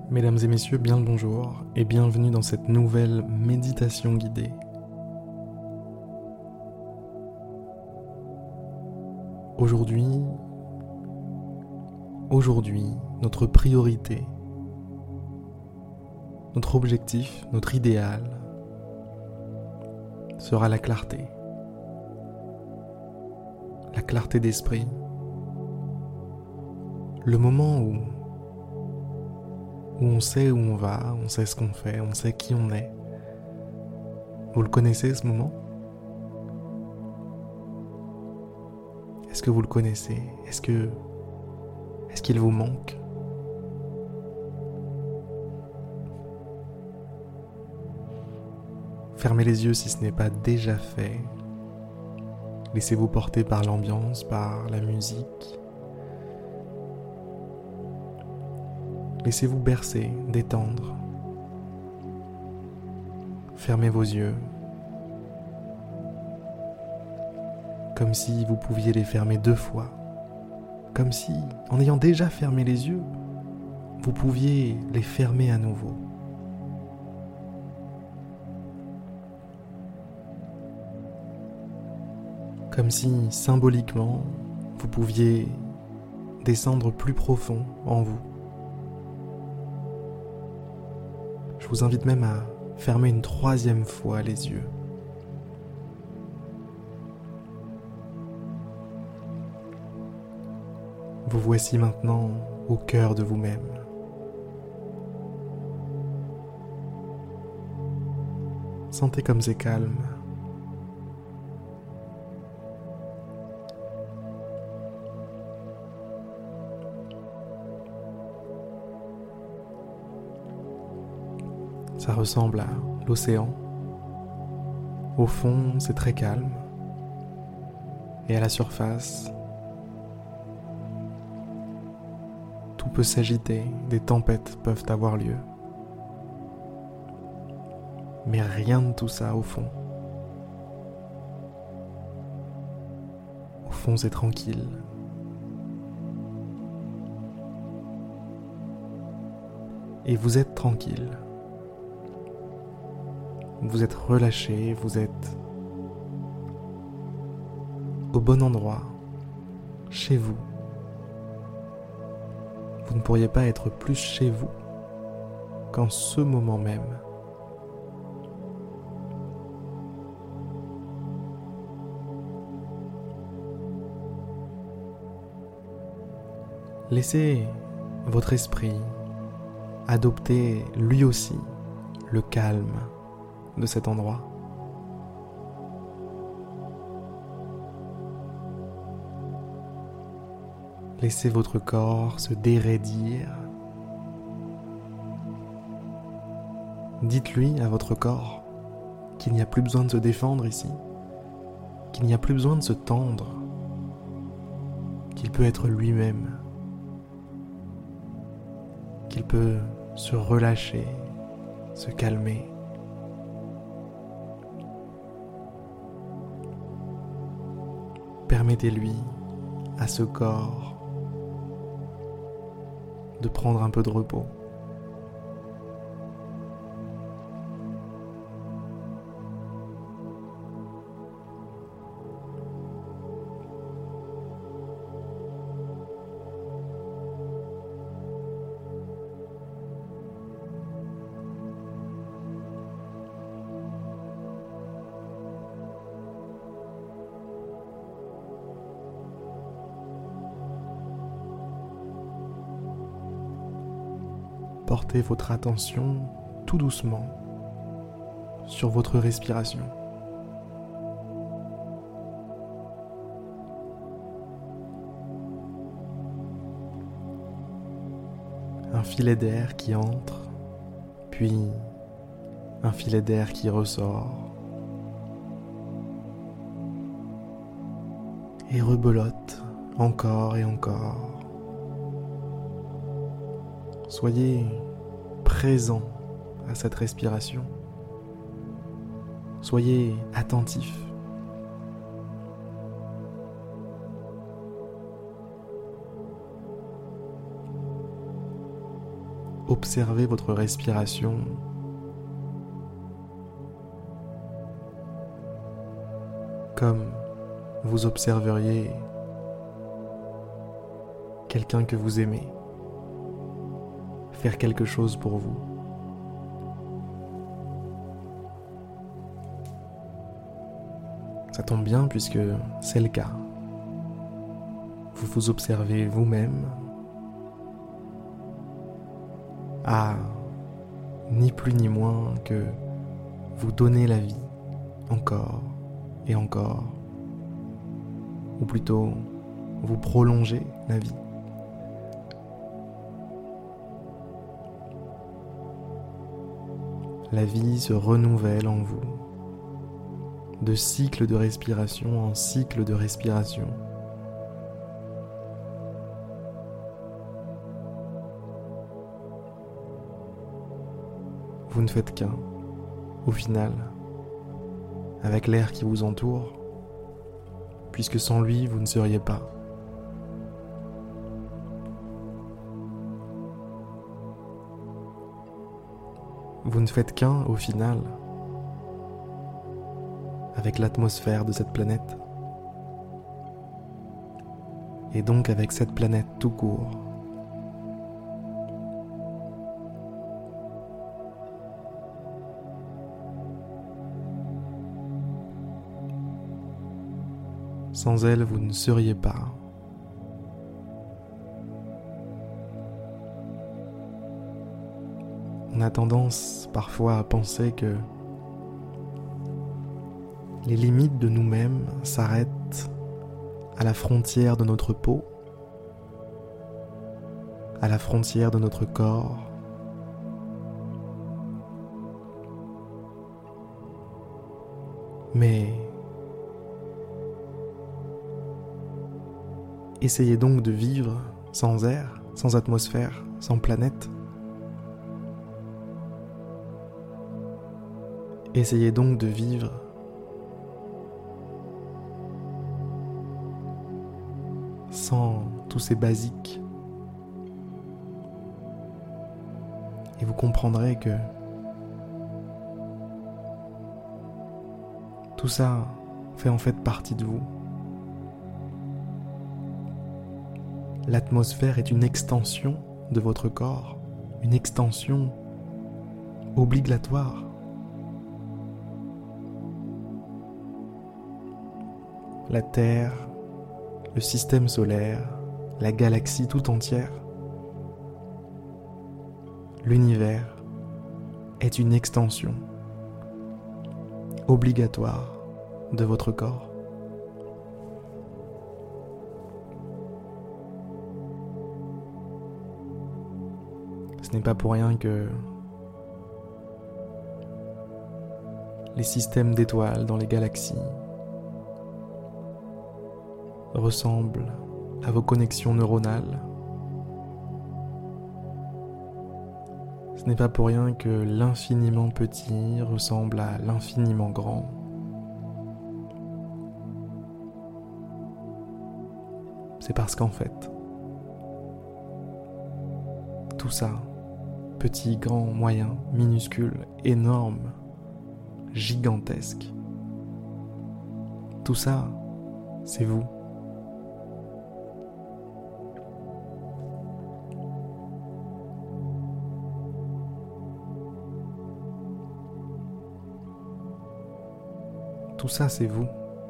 Mesdames et messieurs, bien le bonjour et bienvenue dans cette nouvelle méditation guidée. Aujourd'hui, notre priorité, notre objectif, notre idéal sera la clarté. La clarté d'esprit. Le moment où on sait où on va, on sait ce qu'on fait, on sait qui on est. Vous le connaissez ce moment ? Est-ce que vous le connaissez ? Est-ce qu'il vous manque ? Fermez les yeux si ce n'est pas déjà fait. Laissez-vous porter par l'ambiance, par la musique. Laissez-vous bercer, détendre. Fermez vos yeux. Comme si vous pouviez les fermer 2 fois. Comme si, en ayant déjà fermé les yeux, vous pouviez les fermer à nouveau. Comme si, symboliquement, vous pouviez descendre plus profond en vous. Je vous invite même à fermer une 3e fois les yeux. Vous voici maintenant au cœur de vous-même. Sentez comme c'est calme. Ça ressemble à l'océan. Au fond, c'est très calme. Et à la surface, tout peut s'agiter, des tempêtes peuvent avoir lieu. Mais rien de tout ça au fond. Au fond, c'est tranquille. Et vous êtes tranquille. Vous êtes relâché, vous êtes au bon endroit, chez vous. Vous ne pourriez pas être plus chez vous qu'en ce moment même. Laissez votre esprit adopter lui aussi le calme de cet endroit. Laissez votre corps se déraidir. Dites-lui à votre corps qu'il n'y a plus besoin de se défendre ici, qu'il n'y a plus besoin de se tendre, qu'il peut être lui-même, qu'il peut se relâcher, se calmer. Permettez-lui à ce corps de prendre un peu de repos. Portez votre attention tout doucement sur votre respiration. Un filet d'air qui entre, puis un filet d'air qui ressort et rebelote encore et encore. Soyez présent à cette respiration. Soyez attentif. observez votre respiration comme vous observeriez quelqu'un que vous aimez faire quelque chose pour vous. Ça tombe bien puisque c'est le cas. Vous vous observez vous-même à ni plus ni moins que vous donner la vie encore et encore, ou plutôt vous prolongez la vie. La vie se renouvelle en vous, de cycle de respiration en cycle de respiration. Vous ne faites qu'un, au final, avec l'air qui vous entoure, puisque sans lui, vous ne seriez pas. Vous ne faites qu'un, au final, avec l'atmosphère de cette planète, et donc avec cette planète tout court. Sans elle, vous ne seriez pas. On a tendance parfois à penser que les limites de nous-mêmes s'arrêtent à la frontière de notre peau, à la frontière de notre corps. Mais essayez donc de vivre sans air, sans atmosphère, sans planète. Essayez donc de vivre sans tous ces basiques. Et vous comprendrez que tout ça fait en fait partie de vous. L'atmosphère est une extension de votre corps, une extension obligatoire. La Terre, le système solaire, la galaxie tout entière, l'univers est une extension obligatoire de votre corps. Ce n'est pas pour rien que les systèmes d'étoiles dans les galaxies ressemblent à vos connexions neuronales. Ce n'est pas pour rien que l'infiniment petit ressemble à l'infiniment grand. C'est parce qu'en fait, tout ça, petit, grand, moyen, minuscule, énorme, gigantesque, tout ça, c'est vous. Tout ça, c'est vous.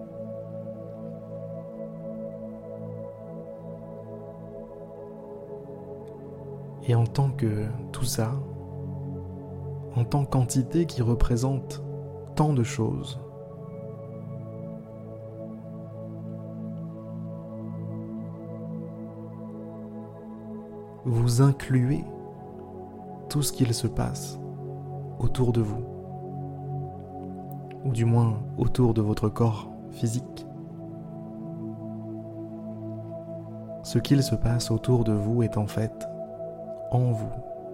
Et en tant que tout ça, en tant qu'entité qui représente tant de choses, vous incluez tout ce qu'il se passe autour de vous, ou du moins autour de votre corps physique. Ce qu'il se passe autour de vous est en fait en vous.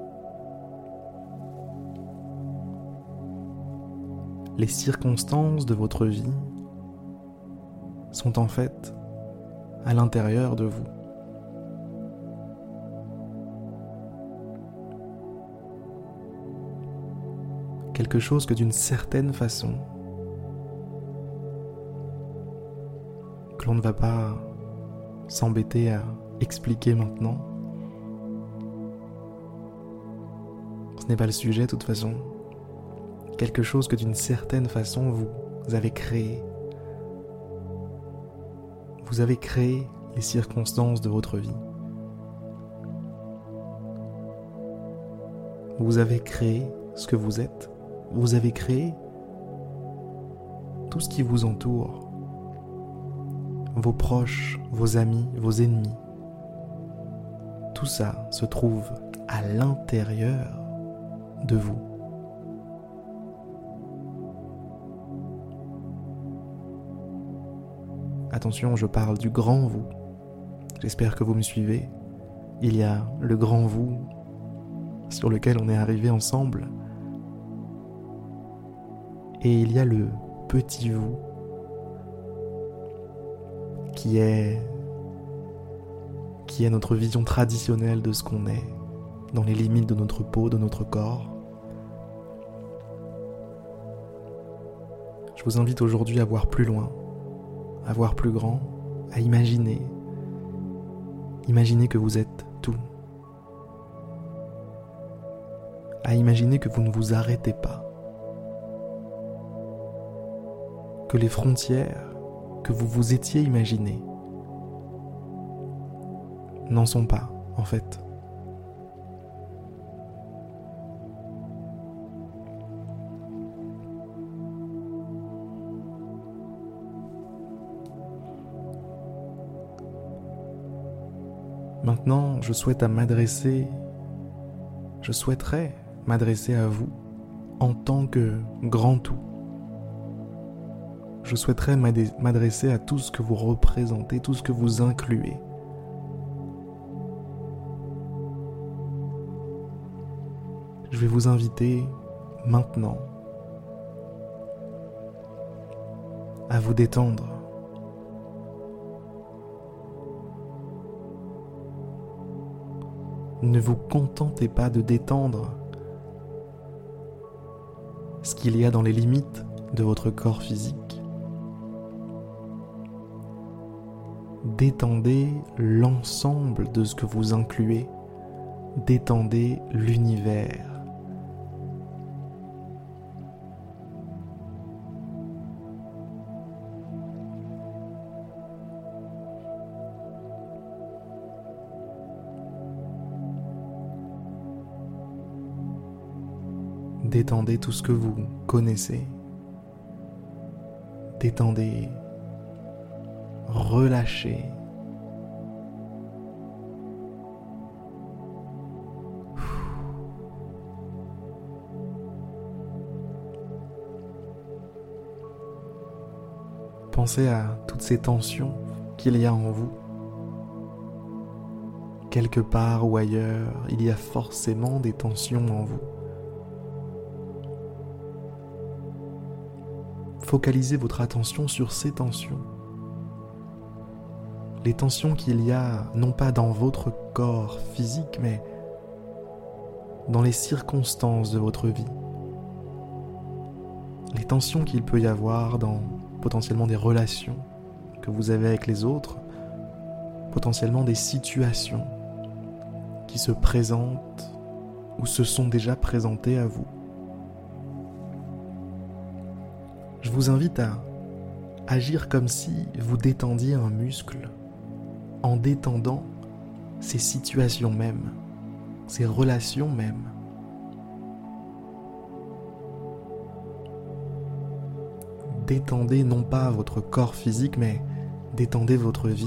Les circonstances de votre vie sont en fait à l'intérieur de vous. quelque chose que d'une certaine façon, que l'on ne va pas s'embêter à expliquer maintenant. Ce n'est pas le sujet de toute façon. Quelque chose que d'une certaine façon vous avez créé. Vous avez créé les circonstances de votre vie. Vous avez créé ce que vous êtes. Vous avez créé tout ce qui vous entoure. Vos proches, vos amis, vos ennemis. Tout ça se trouve à l'intérieur de vous. Attention, je parle du grand vous. J'espère que vous me suivez. Il y a le grand vous sur lequel on est arrivé ensemble. Et il y a le petit vous qui est notre vision traditionnelle de ce qu'on est, dans les limites de notre peau, de notre corps. Je vous invite aujourd'hui à voir plus loin, à voir plus grand, à imaginer. Imaginez que vous êtes tout. À imaginer que vous ne vous arrêtez pas. Que les frontières que vous vous étiez imaginées n'en sont pas, en fait. Maintenant, je souhaiterais m'adresser à vous en tant que grand tout. Je souhaiterais m'adresser à tout ce que vous représentez, tout ce que vous incluez. Je vais vous inviter maintenant à vous détendre. Ne vous contentez pas de détendre ce qu'il y a dans les limites de votre corps physique. Détendez l'ensemble de ce que vous incluez. Détendez l'univers. Détendez tout ce que vous connaissez. Détendez, relâchez. Pensez à toutes ces tensions qu'il y a en vous. Quelque part ou ailleurs, il y a forcément des tensions en vous. Focalisez votre attention sur ces tensions. Les tensions qu'il y a, non pas dans votre corps physique, mais dans les circonstances de votre vie. Les tensions qu'il peut y avoir dans potentiellement des relations que vous avez avec les autres, potentiellement des situations qui se présentent ou se sont déjà présentées à vous. Je vous invite à agir comme si vous détendiez un muscle, en détendant ces situations mêmes, ces relations mêmes. Détendez non pas votre corps physique, mais détendez votre vie.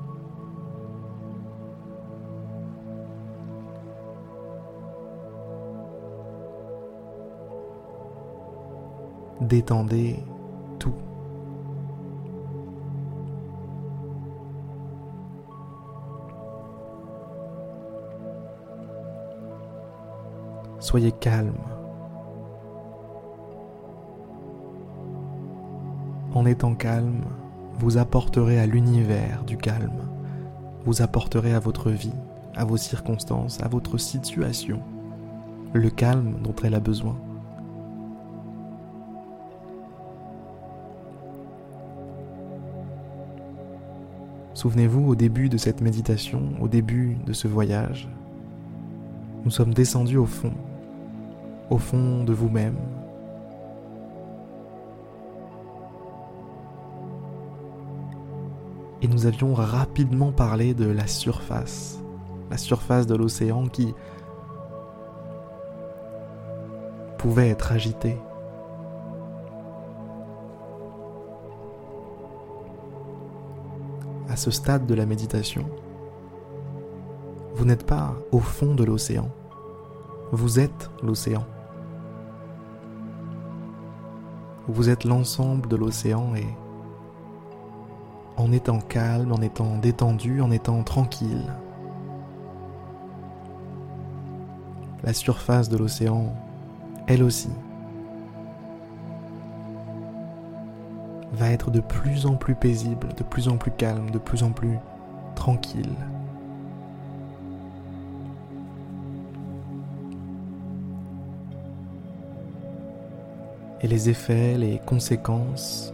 Détendez tout. Soyez calme. En étant calme, vous apporterez à l'univers du calme. Vous apporterez à votre vie, à vos circonstances, à votre situation, le calme dont elle a besoin. Souvenez-vous, au début de cette méditation, au début de ce voyage, nous sommes descendus au fond de vous-même. Et nous avions rapidement parlé de la surface de l'océan qui pouvait être agitée. À ce stade de la méditation, vous n'êtes pas au fond de l'océan, vous êtes l'océan. Vous êtes l'ensemble de l'océan et en étant calme, en étant détendu, en étant tranquille, la surface de l'océan, elle aussi, va être de plus en plus paisible, de plus en plus calme, de plus en plus tranquille. Et les effets, les conséquences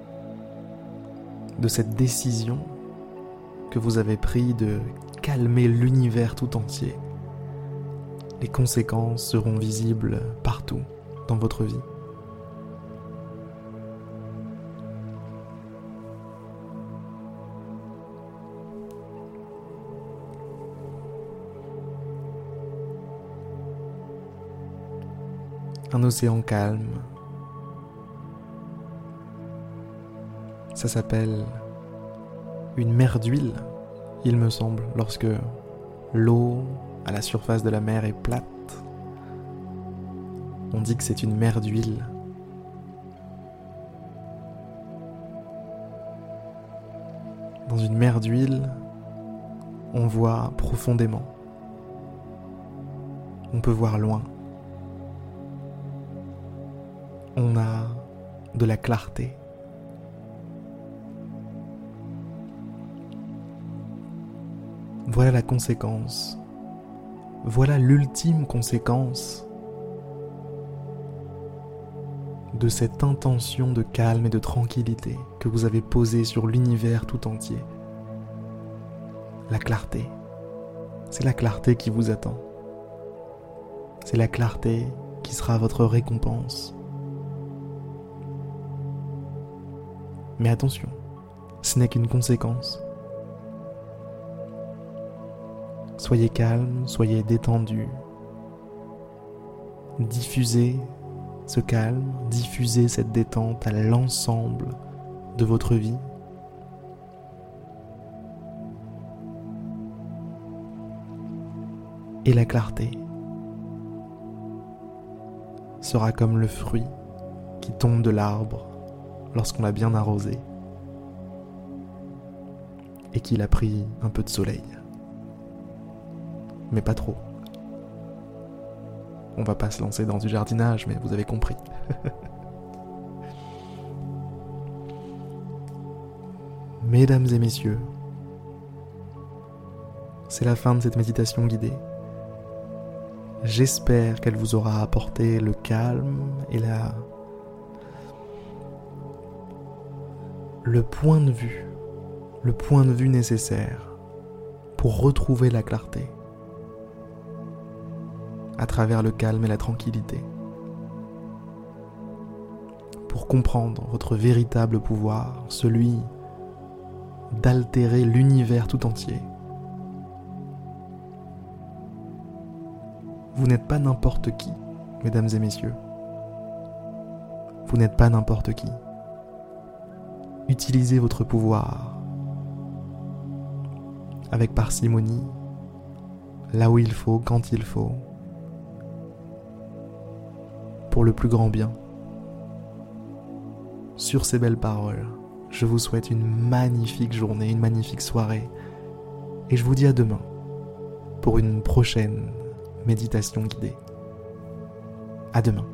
de cette décision que vous avez prise de calmer l'univers tout entier, les conséquences seront visibles partout dans votre vie. Un océan calme, ça s'appelle une mer d'huile, il me semble, lorsque l'eau à la surface de la mer est plate. On dit que c'est une mer d'huile. Dans une mer d'huile, on voit profondément. On peut voir loin. On a de la clarté. Voilà la conséquence. Voilà l'ultime conséquence de cette intention de calme et de tranquillité que vous avez posée sur l'univers tout entier. La clarté. C'est la clarté qui vous attend. C'est la clarté qui sera votre récompense. Mais attention, ce n'est qu'une conséquence. Soyez calme, soyez détendu. Diffusez ce calme, diffusez cette détente à l'ensemble de votre vie. Et la clarté sera comme le fruit qui tombe de l'arbre lorsqu'on l'a bien arrosé et qu'il a pris un peu de soleil. Mais pas trop. On va pas se lancer dans du jardinage, mais vous avez compris. Mesdames et messieurs, c'est la fin de cette méditation guidée. J'espère qu'elle vous aura apporté le calme et le point de vue nécessaire pour retrouver la clarté à travers le calme et la tranquillité, pour comprendre votre véritable pouvoir, celui d'altérer l'univers tout entier. Vous n'êtes pas n'importe qui, mesdames et messieurs. Vous n'êtes pas n'importe qui. Utilisez votre pouvoir avec parcimonie, là où il faut, quand il faut, pour le plus grand bien. Sur ces belles paroles, je vous souhaite une magnifique journée, une magnifique soirée, et je vous dis à demain pour une prochaine méditation guidée. À demain.